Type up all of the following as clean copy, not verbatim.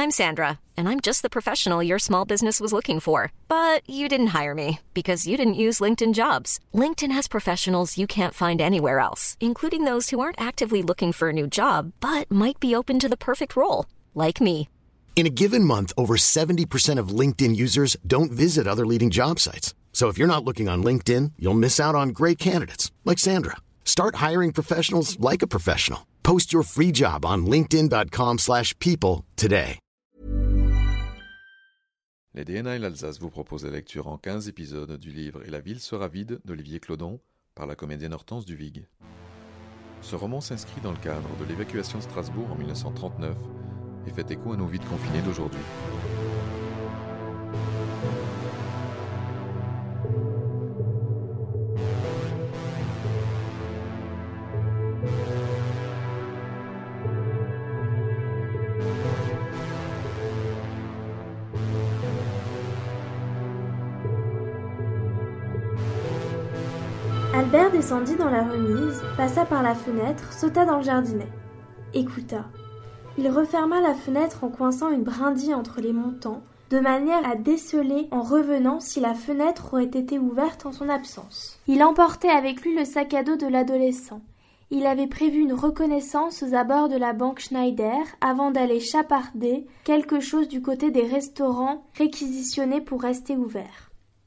I'm Sandra, and I'm just the professional your small business was looking for. But you didn't hire me because you didn't use LinkedIn Jobs. LinkedIn has professionals you can't find anywhere else, including those who aren't actively looking for a new job, but might be open to the perfect role, like me. In a given month, over 70% of LinkedIn users don't visit other leading job sites. So if you're not looking on LinkedIn, you'll miss out on great candidates like Sandra. Start hiring professionals like a professional. Post your free job on linkedin.com/people today. Les DNA et l'Alsace vous proposent la lecture en 15 épisodes du livre « Et la ville sera vide » d'Olivier Clodon par la comédienne Hortense Duvig. Ce roman s'inscrit dans le cadre de l'évacuation de Strasbourg en 1939 et fait écho à nos vies de confinés d'aujourd'hui. Albert descendit dans la remise, passa par la fenêtre, sauta dans le jardinet. Écouta. Il referma la fenêtre en coinçant une brindille entre les montants, de manière à déceler en revenant si la fenêtre aurait été ouverte en son absence. Il emportait avec lui le sac à dos de l'adolescent. Il avait prévu une reconnaissance aux abords de la banque Schneider avant d'aller chaparder quelque chose du côté des restaurants réquisitionnés pour rester ouverts.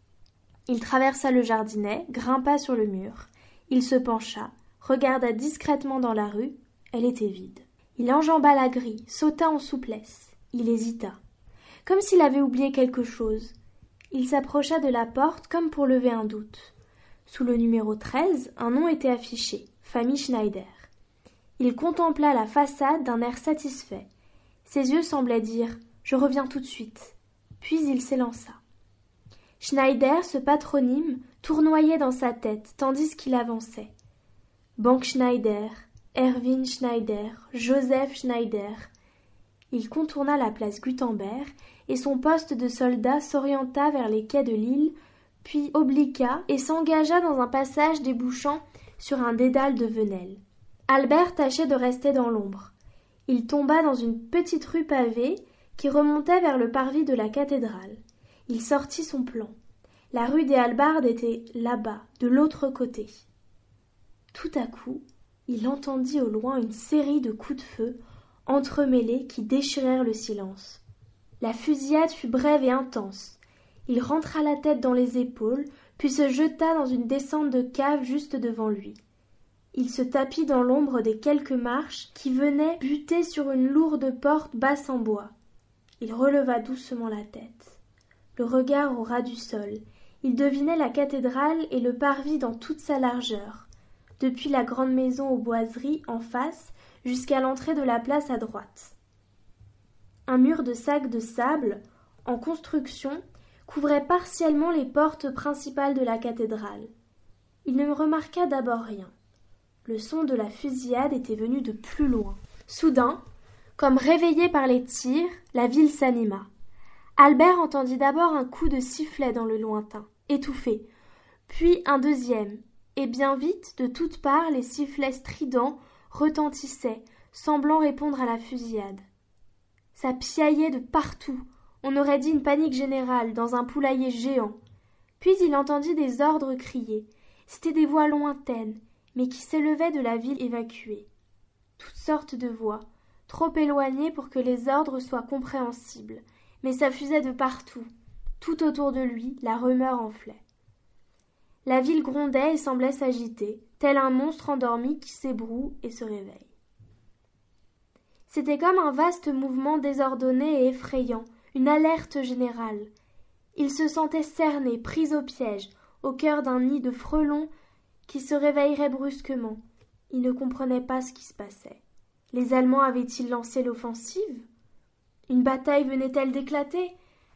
Il traversa le jardinet, grimpa sur le mur. Il se pencha, regarda discrètement dans la rue. Elle était vide. Il enjamba la grille, sauta en souplesse. Il hésita, comme s'il avait oublié quelque chose. Il s'approcha de la porte comme pour lever un doute. Sous le numéro 13, un nom était affiché, famille Schneider. Il contempla la façade d'un air satisfait. Ses yeux semblaient dire « Je reviens tout de suite ». Puis il s'élança. Schneider, ce patronyme, tournoyait dans sa tête tandis qu'il avançait. Banque Schneider, Erwin Schneider, Joseph Schneider. Il contourna la place Gutenberg et son poste de soldat s'orienta vers les quais de l'île, puis obliqua et s'engagea dans un passage débouchant sur un dédale de Venelle. Albert tâchait de rester dans l'ombre. Il tomba dans une petite rue pavée qui remontait vers le parvis de la cathédrale. Il sortit son plan. La rue des Halbardes était là-bas, de l'autre côté. Tout à coup, il entendit au loin une série de coups de feu entremêlés qui déchirèrent le silence. La fusillade fut brève et intense. Il rentra la tête dans les épaules, puis se jeta dans une descente de cave juste devant lui. Il se tapit dans l'ombre des quelques marches qui venaient buter sur une lourde porte basse en bois. Il releva doucement la tête. Le regard au ras du sol, il devinait la cathédrale et le parvis dans toute sa largeur, depuis la grande maison aux boiseries en face jusqu'à l'entrée de la place à droite. Un mur de sacs de sable, en construction, couvrait partiellement les portes principales de la cathédrale. Il ne remarqua d'abord rien. Le son de la fusillade était venu de plus loin. Soudain, comme réveillé par les tirs, la ville s'anima. Albert entendit d'abord un coup de sifflet dans le lointain, étouffé, puis un deuxième, et bien vite, de toutes parts, les sifflets stridents retentissaient, semblant répondre à la fusillade. Ça piaillait de partout, on aurait dit une panique générale dans un poulailler géant. Puis il entendit des ordres criés. C'étaient des voix lointaines, mais qui s'élevaient de la ville évacuée. Toutes sortes de voix, trop éloignées pour que les ordres soient compréhensibles, mais ça fusait de partout. Tout autour de lui, la rumeur enflait. La ville grondait et semblait s'agiter, tel un monstre endormi qui s'ébroue et se réveille. C'était comme un vaste mouvement désordonné et effrayant, une alerte générale. Il se sentait cerné, pris au piège, au cœur d'un nid de frelons qui se réveillerait brusquement. Il ne comprenait pas ce qui se passait. Les Allemands avaient-ils lancé l'offensive ? Une bataille venait-elle d'éclater ?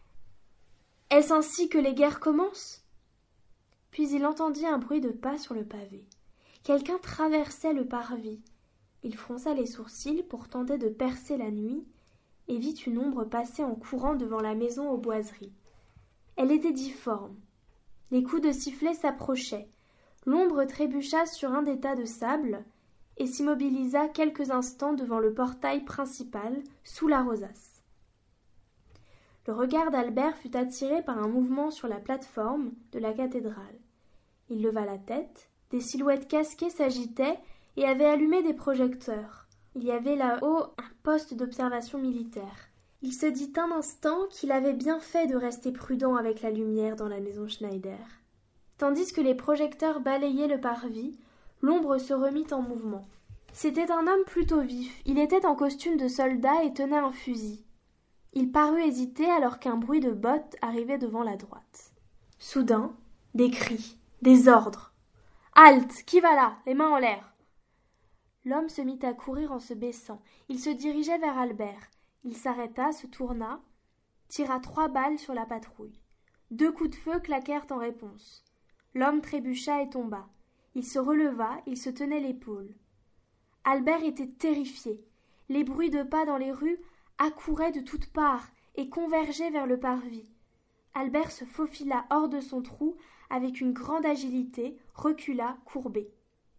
Est-ce ainsi que les guerres commencent ? Puis il entendit un bruit de pas sur le pavé. Quelqu'un traversait le parvis. Il fronça les sourcils pour tenter de percer la nuit et vit une ombre passer en courant devant la maison aux boiseries. Elle était difforme. Les coups de sifflet s'approchaient. L'ombre trébucha sur un des tas de sable et s'immobilisa quelques instants devant le portail principal, sous la rosace. Le regard d'Albert fut attiré par un mouvement sur la plate-forme de la cathédrale. Il leva la tête, des silhouettes casquées s'agitaient et avaient allumé des projecteurs. Il y avait là-haut un poste d'observation militaire. Il se dit un instant qu'il avait bien fait de rester prudent avec la lumière dans la maison Schneider. Tandis que les projecteurs balayaient le parvis, l'ombre se remit en mouvement. C'était un homme plutôt vif. Il était en costume de soldat et tenait un fusil. Il parut hésiter alors qu'un bruit de bottes arrivait devant la droite. Soudain, des cris, des ordres. « Halte! Qui va là? Les mains en l'air !» L'homme se mit à courir en se baissant. Il se dirigeait vers Albert. Il s'arrêta, se tourna, tira 3 balles sur la patrouille. 2 coups de feu claquèrent en réponse. L'homme trébucha et tomba. Il se releva, il se tenait l'épaule. Albert était terrifié. Les bruits de pas dans les rues accouraient de toutes parts et convergeaient vers le parvis. Albert se faufila hors de son trou avec une grande agilité, recula, courbé.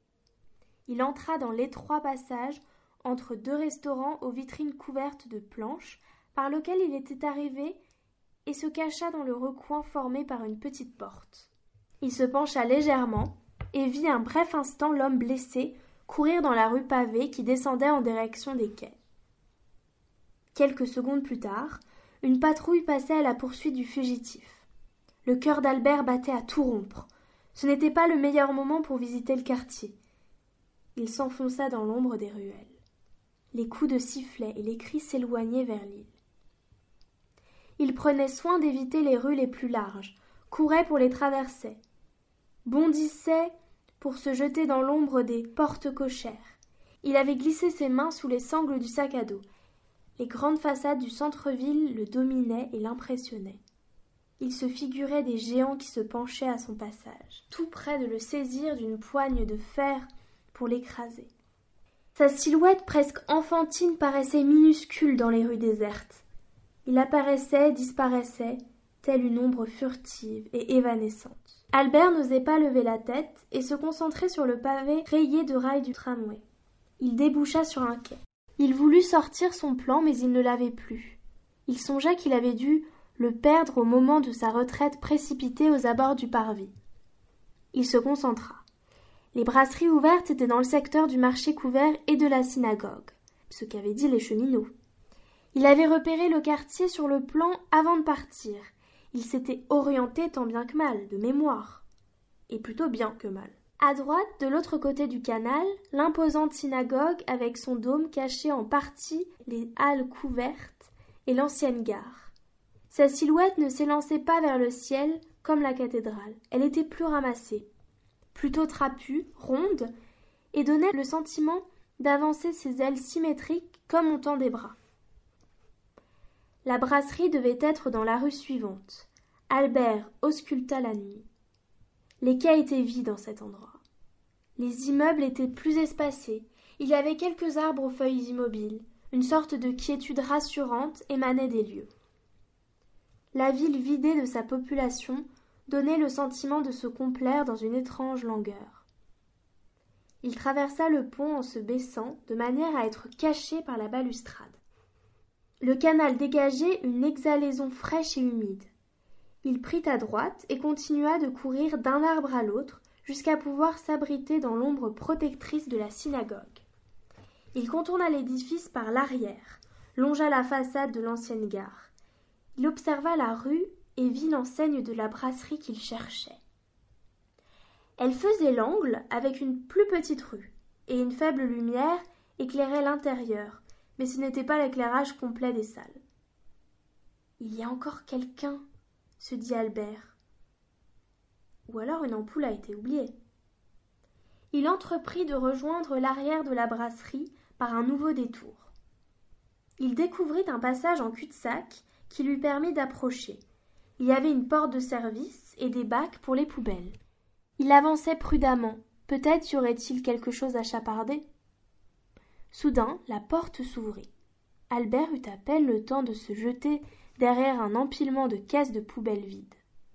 Il entra dans l'étroit passage entre 2 restaurants aux vitrines couvertes de planches par lequel il était arrivé et se cacha dans le recoin formé par une petite porte. Il se pencha légèrement et vit un bref instant l'homme blessé courir dans la rue pavée qui descendait en direction des quais. Quelques secondes plus tard, une patrouille passait à la poursuite du fugitif. Le cœur d'Albert battait à tout rompre. Ce n'était pas le meilleur moment pour visiter le quartier. Il s'enfonça dans l'ombre des ruelles. Les coups de sifflet et les cris s'éloignaient vers l'île. Il prenait soin d'éviter les rues les plus larges, courait pour les traverser, bondissait pour se jeter dans l'ombre des portes cochères. Il avait glissé ses mains sous les sangles du sac à dos. Les grandes façades du centre-ville le dominaient et l'impressionnaient. Il se figurait des géants qui se penchaient à son passage, tout près de le saisir d'une poigne de fer pour l'écraser. Sa silhouette presque enfantine paraissait minuscule dans les rues désertes. Il apparaissait, disparaissait, telle une ombre furtive et évanescente. Albert n'osait pas lever la tête et se concentrer sur le pavé rayé de rails du tramway. Il déboucha sur un quai. Il voulut sortir son plan, mais il ne l'avait plus. Il songea qu'il avait dû le perdre au moment de sa retraite précipitée aux abords du parvis. Il se concentra. Les brasseries ouvertes étaient dans le secteur du marché couvert et de la synagogue, ce qu'avaient dit les cheminots. Il avait repéré le quartier sur le plan avant de partir. Il s'était orienté tant bien que mal, de mémoire, et plutôt bien que mal. À droite, de l'autre côté du canal, l'imposante synagogue avec son dôme cachait en partie les halles couvertes et l'ancienne gare. Sa silhouette ne s'élançait pas vers le ciel comme la cathédrale. Elle était plus ramassée, plutôt trapue, ronde, et donnait le sentiment d'avancer ses ailes symétriques comme on tend des bras. La brasserie devait être dans la rue suivante. Albert ausculta la nuit. Les quais étaient vides en cet endroit. Les immeubles étaient plus espacés. Il y avait quelques arbres aux feuilles immobiles. Une sorte de quiétude rassurante émanait des lieux. La ville vidée de sa population donnait le sentiment de se complaire dans une étrange langueur. Il traversa le pont en se baissant, de manière à être caché par la balustrade. Le canal dégageait une exhalaison fraîche et humide. Il prit à droite et continua de courir d'un arbre à l'autre jusqu'à pouvoir s'abriter dans l'ombre protectrice de la synagogue. Il contourna l'édifice par l'arrière, longea la façade de l'ancienne gare. Il observa la rue et vit l'enseigne de la brasserie qu'il cherchait. Elle faisait l'angle avec une plus petite rue, et une faible lumière éclairait l'intérieur, mais ce n'était pas l'éclairage complet des salles. « Il y a encore quelqu'un » se dit Albert. Ou alors une ampoule a été oubliée. Il entreprit de rejoindre l'arrière de la brasserie par un nouveau détour. Il découvrit un passage en cul-de-sac qui lui permit d'approcher. Il y avait une porte de service et des bacs pour les poubelles. Il avançait prudemment. Peut-être y aurait-il quelque chose à chaparder. Soudain, la porte s'ouvrit. Albert eut à peine le temps de se jeter derrière un empilement de caisses de poubelles vides.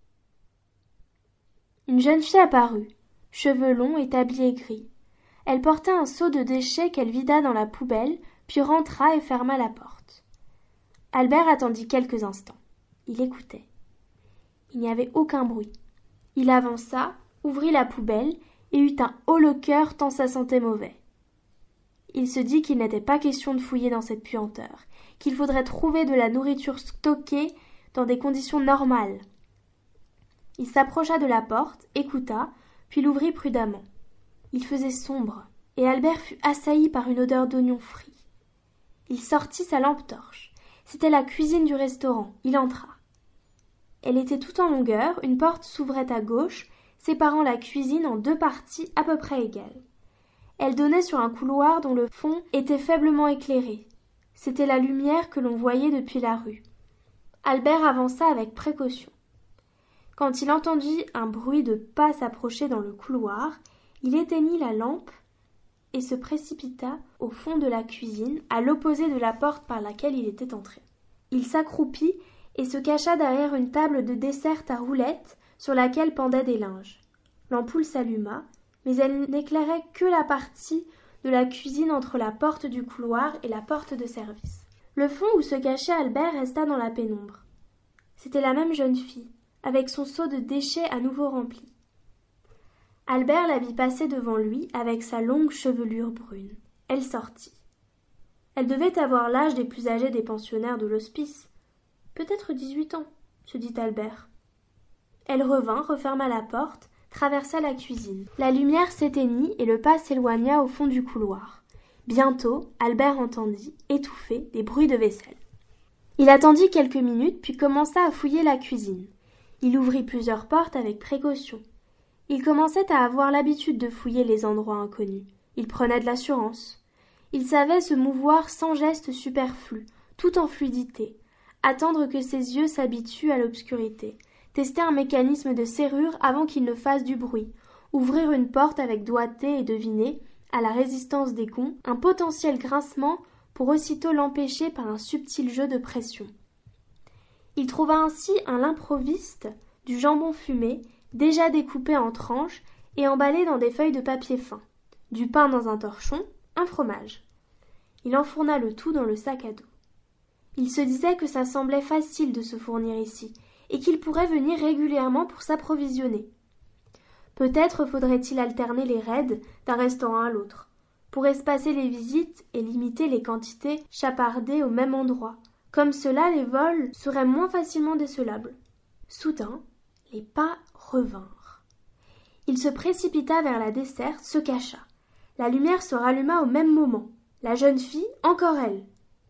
Une jeune fille apparut, cheveux longs et tablier gris. Elle portait un seau de déchets qu'elle vida dans la poubelle, puis rentra et ferma la porte. Albert attendit quelques instants. Il écoutait. Il n'y avait aucun bruit. Il avança, ouvrit la poubelle et eut un haut le cœur tant ça sentait mauvais. Il se dit qu'il n'était pas question de fouiller dans cette puanteur, qu'il faudrait trouver de la nourriture stockée dans des conditions normales. Il s'approcha de la porte, écouta, puis l'ouvrit prudemment. Il faisait sombre, et Albert fut assailli par une odeur d'oignons frits. Il sortit sa lampe torche. C'était la cuisine du restaurant. Il entra. Elle était tout en longueur, une porte s'ouvrait à gauche, séparant la cuisine en 2 parties à peu près égales. Elle donnait sur un couloir dont le fond était faiblement éclairé. C'était la lumière que l'on voyait depuis la rue. Albert avança avec précaution. Quand il entendit un bruit de pas s'approcher dans le couloir, il éteignit la lampe et se précipita au fond de la cuisine, à l'opposé de la porte par laquelle il était entré. Il s'accroupit et se cacha derrière une table de dessert à roulettes sur laquelle pendaient des linges. L'ampoule s'alluma, mais elle n'éclairait que la partie de la cuisine entre la porte du couloir et la porte de service. Le fond où se cachait Albert resta dans la pénombre. C'était la même jeune fille, avec son seau de déchets à nouveau rempli. Albert la vit passer devant lui avec sa longue chevelure brune. Elle sortit. Elle devait avoir l'âge des plus âgés des pensionnaires de l'hospice. Peut-être 18 ans, se dit Albert. Elle revint, referma la porte, traversa la cuisine. La lumière s'éteignit et le pas s'éloigna au fond du couloir. Bientôt, Albert entendit, étouffé, des bruits de vaisselle. Il attendit quelques minutes, puis commença à fouiller la cuisine. Il ouvrit plusieurs portes avec précaution. Il commençait à avoir l'habitude de fouiller les endroits inconnus. Il prenait de l'assurance. Il savait se mouvoir sans geste superflu, tout en fluidité, attendre que ses yeux s'habituent à l'obscurité, tester un mécanisme de serrure avant qu'il ne fasse du bruit, ouvrir une porte avec doigté et deviner, à la résistance des gonds, un potentiel grincement pour aussitôt l'empêcher par un subtil jeu de pression. Il trouva ainsi à l'improviste du jambon fumé, déjà découpé en tranches et emballé dans des feuilles de papier fin, du pain dans un torchon, un fromage. Il enfourna le tout dans le sac à dos. Il se disait que ça semblait facile de se fournir ici, et qu'il pourrait venir régulièrement pour s'approvisionner. Peut-être faudrait-il alterner les raids d'un restaurant à l'autre, pour espacer les visites et limiter les quantités chapardées au même endroit. Comme cela, les vols seraient moins facilement décelables. Soudain, les pas revinrent. Il se précipita vers la desserte, se cacha. La lumière se ralluma au même moment. La jeune fille, encore elle.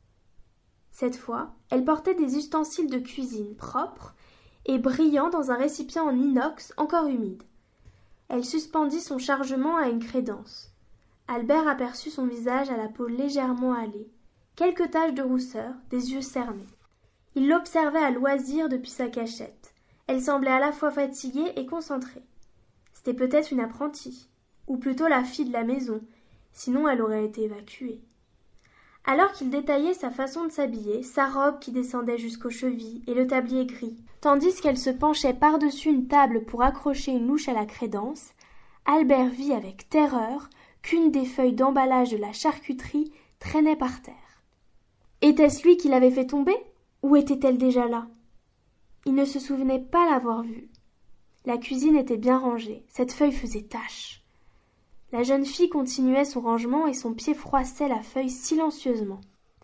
Cette fois, elle portait des ustensiles de cuisine propres et brillants dans un récipient en inox encore humide. Elle suspendit son chargement à une crédence. Albert aperçut son visage à la peau légèrement hâlée, quelques taches de rousseur, des yeux cernés. Il l'observait à loisir depuis sa cachette. Elle semblait à la fois fatiguée et concentrée. C'était peut-être une apprentie, ou plutôt la fille de la maison, sinon elle aurait été évacuée. Alors qu'il détaillait sa façon de s'habiller, sa robe qui descendait jusqu'aux chevilles et le tablier gris, tandis qu'elle se penchait par-dessus une table pour accrocher une louche à la crédence, Albert vit avec terreur qu'une des feuilles d'emballage de la charcuterie traînait par terre. Était-ce lui qui l'avait fait tomber, ou était-elle déjà là? Il ne se souvenait pas l'avoir vue. La cuisine était bien rangée, cette feuille faisait tache. La jeune fille continuait son rangement et son pied froissait la feuille silencieusement.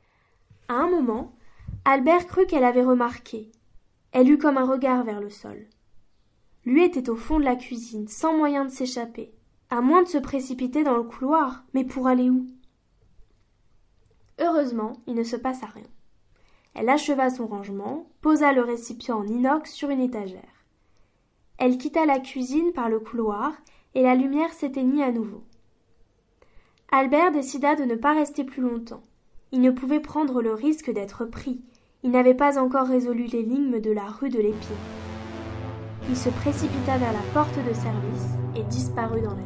À un moment, Albert crut qu'elle avait remarqué. Elle eut comme un regard vers le sol. Lui était au fond de la cuisine, sans moyen de s'échapper, à moins de se précipiter dans le couloir, mais pour aller où? Heureusement, il ne se passa rien. Elle acheva son rangement, posa le récipient en inox sur une étagère. Elle quitta la cuisine par le couloir et la lumière s'éteignit à nouveau. Albert décida de ne pas rester plus longtemps. Il ne pouvait prendre le risque d'être pris. Il n'avait pas encore résolu l'énigme de la rue de l'Épine. Il se précipita vers la porte de service et disparut dans la nuit.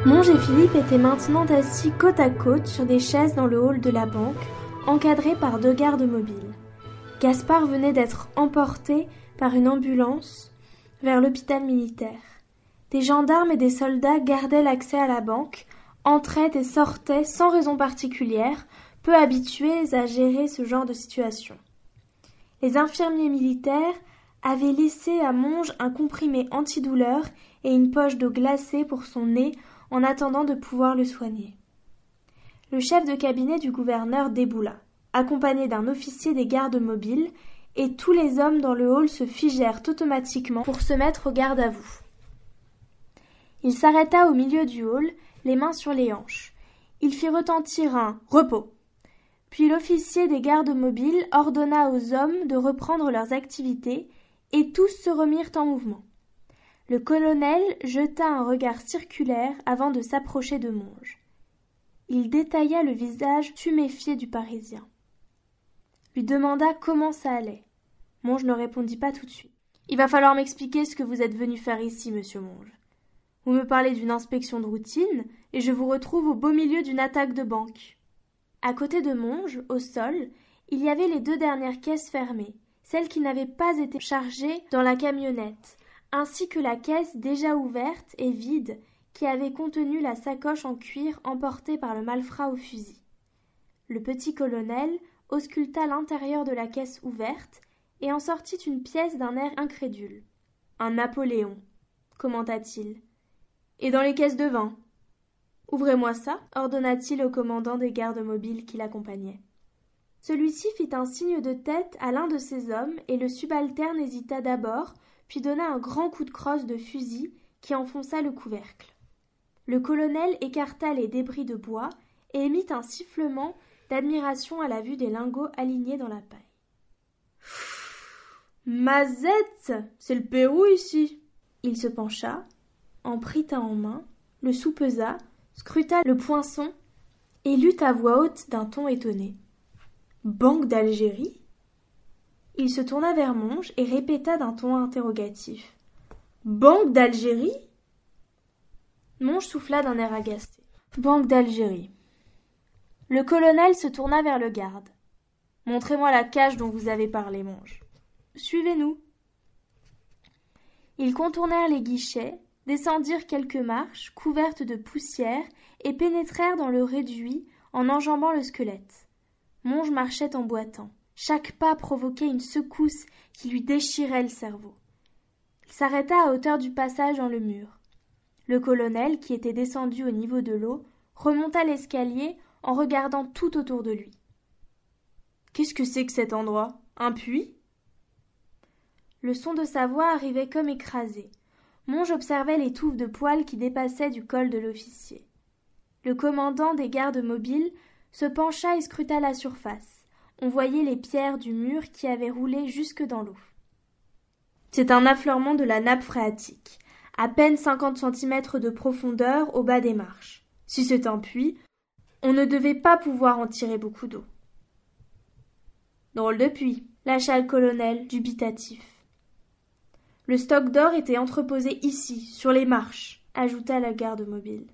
Monge et Philippe étaient maintenant assis côte à côte sur des chaises dans le hall de la banque, encadrés par 2 gardes mobiles. Gaspard venait d'être emporté par une ambulance vers l'hôpital militaire. Des gendarmes et des soldats gardaient l'accès à la banque, entraient et sortaient sans raison particulière, peu habitués à gérer ce genre de situation. Les infirmiers militaires avaient laissé à Monge un comprimé antidouleur et une poche d'eau glacée pour son nez en attendant de pouvoir le soigner. Le chef de cabinet du gouverneur déboula, accompagné d'un officier des gardes mobiles, et tous les hommes dans le hall se figèrent automatiquement pour se mettre au garde à vous. Il s'arrêta au milieu du hall, les mains sur les hanches. Il fit retentir un « repos ». Puis l'officier des gardes mobiles ordonna aux hommes de reprendre leurs activités, et tous se remirent en mouvement. Le colonel jeta un regard circulaire avant de s'approcher de Monge. Il détailla le visage tuméfié du Parisien. Lui demanda comment ça allait. Monge ne répondit pas tout de suite. « Il va falloir m'expliquer ce que vous êtes venu faire ici, monsieur Monge. Vous me parlez d'une inspection de routine, et je vous retrouve au beau milieu d'une attaque de banque. » À côté de Monge, au sol, il y avait les 2 dernières caisses fermées, celles qui n'avaient pas été chargées dans la camionnette, ainsi que la caisse déjà ouverte et vide qui avait contenu la sacoche en cuir emportée par le malfrat au fusil. Le petit colonel ausculta l'intérieur de la caisse ouverte et en sortit une pièce d'un air incrédule. « Un Napoléon », commenta-t-il. « Et dans les caisses de vin ?»« Ouvrez-moi ça » ordonna-t-il au commandant des gardes mobiles qui l'accompagnait. Celui-ci fit un signe de tête à l'un de ses hommes et le subalterne hésita d'abord, puis donna un grand coup de crosse de fusil qui enfonça le couvercle. Le colonel écarta les débris de bois et émit un sifflement d'admiration à la vue des lingots alignés dans la paille. « Mazette, c'est le Pérou ici !» Il se pencha, en prit un en main, le soupesa, scruta le poinçon et lut à voix haute d'un ton étonné. « Banque d'Algérie ?» Il se tourna vers Monge et répéta d'un ton interrogatif. « Banque d'Algérie ?» Monge souffla d'un air agacé. « Banque d'Algérie. » Le colonel se tourna vers le garde. « Montrez-moi la cage dont vous avez parlé, Monge. »« Suivez-nous. » Ils contournèrent les guichets, descendirent quelques marches couvertes de poussière et pénétrèrent dans le réduit en enjambant le squelette. Monge marchait en boitant. Chaque pas provoquait une secousse qui lui déchirait le cerveau. Il s'arrêta à hauteur du passage dans le mur. Le colonel, qui était descendu au niveau de l'eau, remonta l'escalier en regardant tout autour de lui. « Qu'est-ce que c'est que cet endroit ? Un puits ?» Le son de sa voix arrivait comme écrasé. Monge observait les touffes de poils qui dépassaient du col de l'officier. Le commandant des gardes mobiles se pencha et scruta la surface. On voyait les pierres du mur qui avaient roulé jusque dans l'eau. C'est un affleurement de la nappe phréatique, à peine 50 centimètres de profondeur au bas des marches. Si c'est un puits, on ne devait pas pouvoir en tirer beaucoup d'eau. Drôle de puits, lâcha le colonel, dubitatif. Le stock d'or était entreposé ici, sur les marches, ajouta la garde mobile.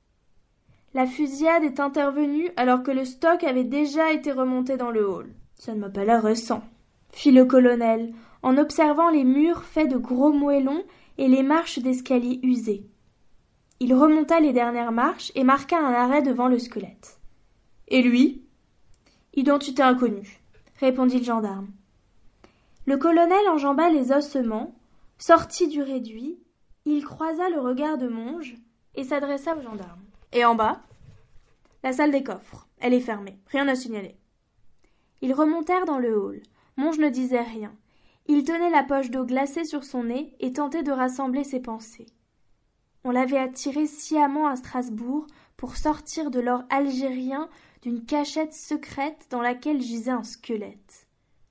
La fusillade est intervenue alors que le stock avait déjà été remonté dans le hall. Ça ne m'a pas l'air récent, fit le colonel, en observant les murs faits de gros moellons et les marches d'escalier usées. Il remonta les dernières marches et marqua un arrêt devant le squelette. « Et lui ?»« Identité inconnue, » répondit le gendarme. Le colonel enjamba les ossements, sortit du réduit, il croisa le regard de Monge et s'adressa au gendarme. « Et en bas ?»« La salle des coffres. Elle est fermée. Rien à signaler. » Ils remontèrent dans le hall. Monge ne disait rien. Il tenait la poche d'eau glacée sur son nez et tentait de rassembler ses pensées. On l'avait attiré sciemment à Strasbourg pour sortir de l'or algérien d'une cachette secrète dans laquelle gisait un squelette.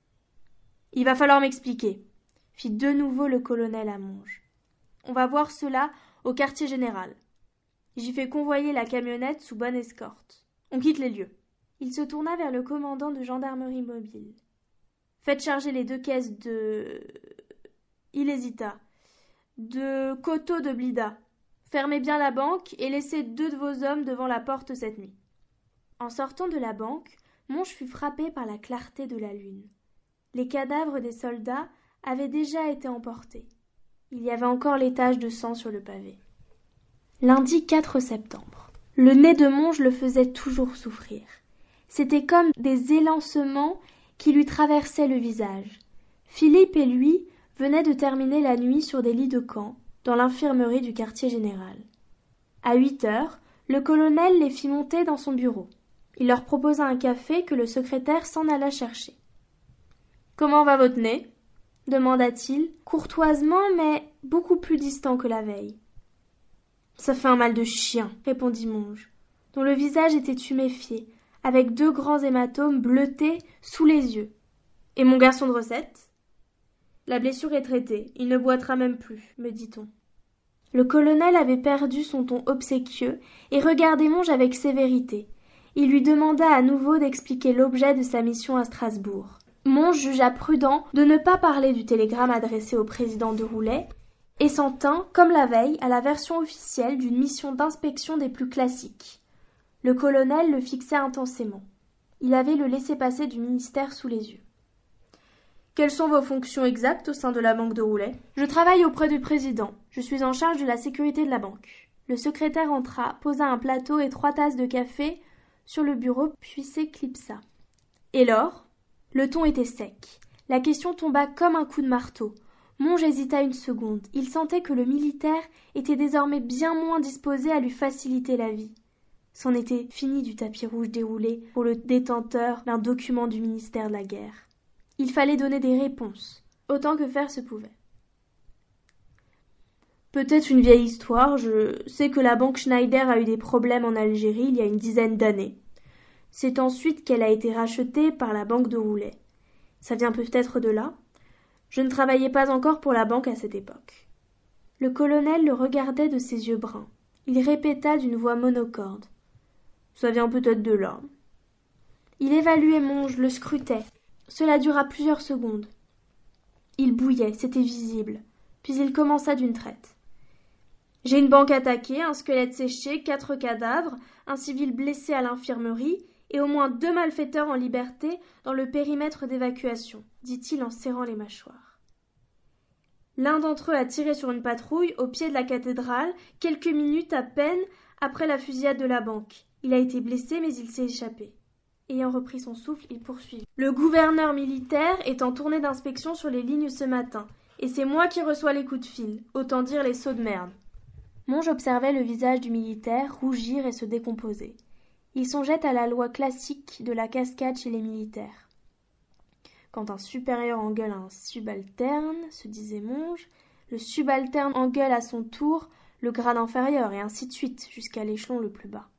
« Il va falloir m'expliquer, » fit de nouveau le colonel à Monge. « On va voir cela au quartier général. J'y fais convoyer la camionnette sous bonne escorte. On quitte les lieux. » Il se tourna vers le commandant de gendarmerie mobile. « Faites charger les 2 caisses de... » Il hésita. « De coteaux de Blida. Fermez bien la banque et laissez 2 de vos hommes devant la porte cette nuit. » En sortant de la banque, Monge fut frappé par la clarté de la lune. Les cadavres des soldats avaient déjà été emportés. Il y avait encore les taches de sang sur le pavé. Lundi 4 septembre. Le nez de Monge le faisait toujours souffrir. C'était comme des élancements qui lui traversaient le visage. Philippe et lui venaient de terminer la nuit sur des lits de camp, dans l'infirmerie du quartier général. À 8 heures, le colonel les fit monter dans son bureau. Il leur proposa un café que le secrétaire s'en alla chercher. « Comment va votre nez ?» demanda-t-il, courtoisement mais beaucoup plus distant que la veille. « Ça fait un mal de chien, » répondit Monge, dont le visage était tuméfié, avec 2 grands hématomes bleutés sous les yeux. « Et mon garçon de recette ?»« La blessure est traitée, il ne boitera même plus, me dit-on. » Le colonel avait perdu son ton obséquieux et regardait Monge avec sévérité. Il lui demanda à nouveau d'expliquer l'objet de sa mission à Strasbourg. Monge jugea prudent de ne pas parler du télégramme adressé au président Deroulet et s'en tint, comme la veille, à la version officielle d'une mission d'inspection des plus classiques. Le colonel le fixait intensément. Il avait le laissez-passer du ministère sous les yeux. « Quelles sont vos fonctions exactes au sein de la banque Deroulet ?»« Je travaille auprès du président. Je suis en charge de la sécurité de la banque. » Le secrétaire entra, posa un plateau et 3 tasses de café sur le bureau, puis s'éclipsa. « Et l'or ?» Le ton était sec. La question tomba comme un coup de marteau. Monge hésita une seconde. Il sentait que le militaire était désormais bien moins disposé à lui faciliter la vie. C'en était fini du tapis rouge déroulé pour le détenteur d'un document du ministère de la Guerre. Il fallait donner des réponses, autant que faire se pouvait. Peut-être une vieille histoire, je sais que la banque Schneider a eu des problèmes en Algérie il y a une 10aine d'années. C'est ensuite qu'elle a été rachetée par la banque Deroulet. Ça vient peut-être de là. Je ne travaillais pas encore pour la banque à cette époque. Le colonel le regardait de ses yeux bruns. Il répéta d'une voix monocorde. Ça vient peut-être de là. Il évaluait Monge, le scrutait. Cela dura plusieurs secondes. Il bouillait, c'était visible. Puis il commença d'une traite. J'ai une banque attaquée, un squelette séché, 4 cadavres, un civil blessé à l'infirmerie et au moins 2 malfaiteurs en liberté dans le périmètre d'évacuation, dit-il en serrant les mâchoires. L'un d'entre eux a tiré sur une patrouille au pied de la cathédrale, quelques minutes à peine après la fusillade de la banque. Il a été blessé, mais il s'est échappé. Ayant repris son souffle, il poursuivit. Le gouverneur militaire est en tournée d'inspection sur les lignes ce matin, et c'est moi qui reçois les coups de fil, autant dire les sauts de merde. Monge observait le visage du militaire rougir et se décomposer. Il songeait à la loi classique de la cascade chez les militaires. Quand un supérieur engueule un subalterne, se disait Monge, le subalterne engueule à son tour le grade inférieur, et ainsi de suite, jusqu'à l'échelon le plus bas.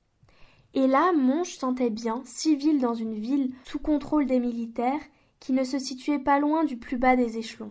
Et là, Monge sentait bien, civil dans une ville sous contrôle des militaires, qui ne se situait pas loin du plus bas des échelons.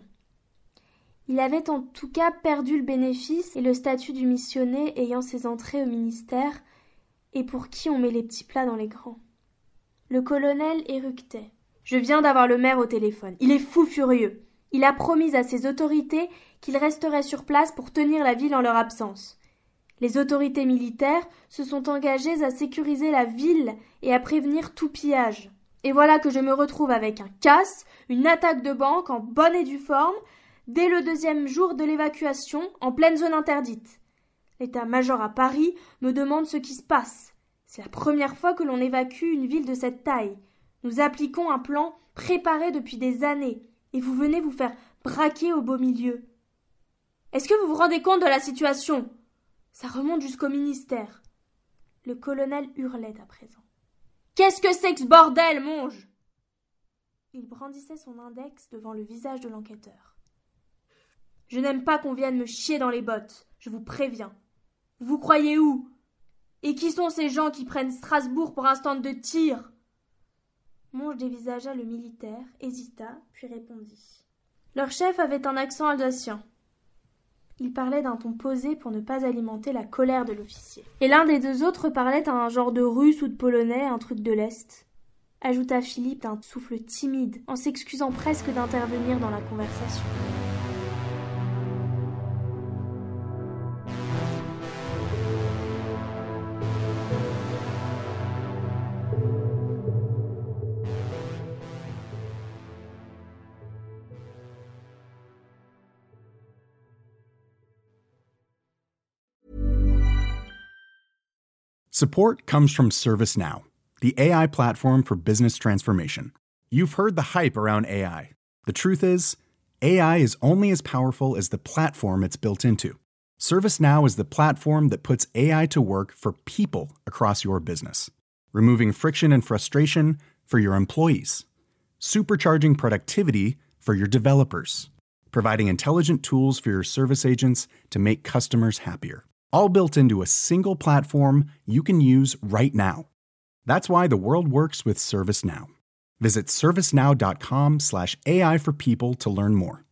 Il avait en tout cas perdu le bénéfice et le statut du missionnaire ayant ses entrées au ministère, et pour qui on met les petits plats dans les grands. Le colonel éructait. « Je viens d'avoir le maire au téléphone. Il est fou furieux. Il a promis à ses autorités qu'il resterait sur place pour tenir la ville en leur absence. Les autorités militaires se sont engagées à sécuriser la ville et à prévenir tout pillage. Et voilà que je me retrouve avec un casse, une attaque de banque en bonne et due forme, dès le 2e jour de l'évacuation, en pleine zone interdite. L'état-major à Paris me demande ce qui se passe. C'est la première fois que l'on évacue une ville de cette taille. Nous appliquons un plan préparé depuis des années, et vous venez vous faire braquer au beau milieu. Est-ce que vous vous rendez compte de la situation ? Ça remonte jusqu'au ministère. » Le colonel hurlait à présent. « Qu'est-ce que c'est que ce bordel, Monge ?» Il brandissait son index devant le visage de l'enquêteur. « Je n'aime pas qu'on vienne me chier dans les bottes, je vous préviens. Vous croyez où ? Et qui sont ces gens qui prennent Strasbourg pour un stand de tir ?» Monge dévisagea le militaire, hésita, puis répondit. Leur chef avait un accent alsacien. Il parlait d'un ton posé pour ne pas alimenter la colère de l'officier. Et l'un des 2 autres parlait à un genre de russe ou de polonais, un truc de l'Est, ajouta Philippe d'un souffle timide, en s'excusant presque d'intervenir dans la conversation. Support comes from ServiceNow, the AI platform for business transformation. You've heard the hype around AI. The truth is, AI is only as powerful as the platform it's built into. ServiceNow is the platform that puts AI to work for people across your business, removing friction and frustration for your employees, supercharging productivity for your developers, providing intelligent tools for your service agents to make customers happier, all built into a single platform you can use right now. That's why the world works with ServiceNow. Visit servicenow.com/AI for people to learn more.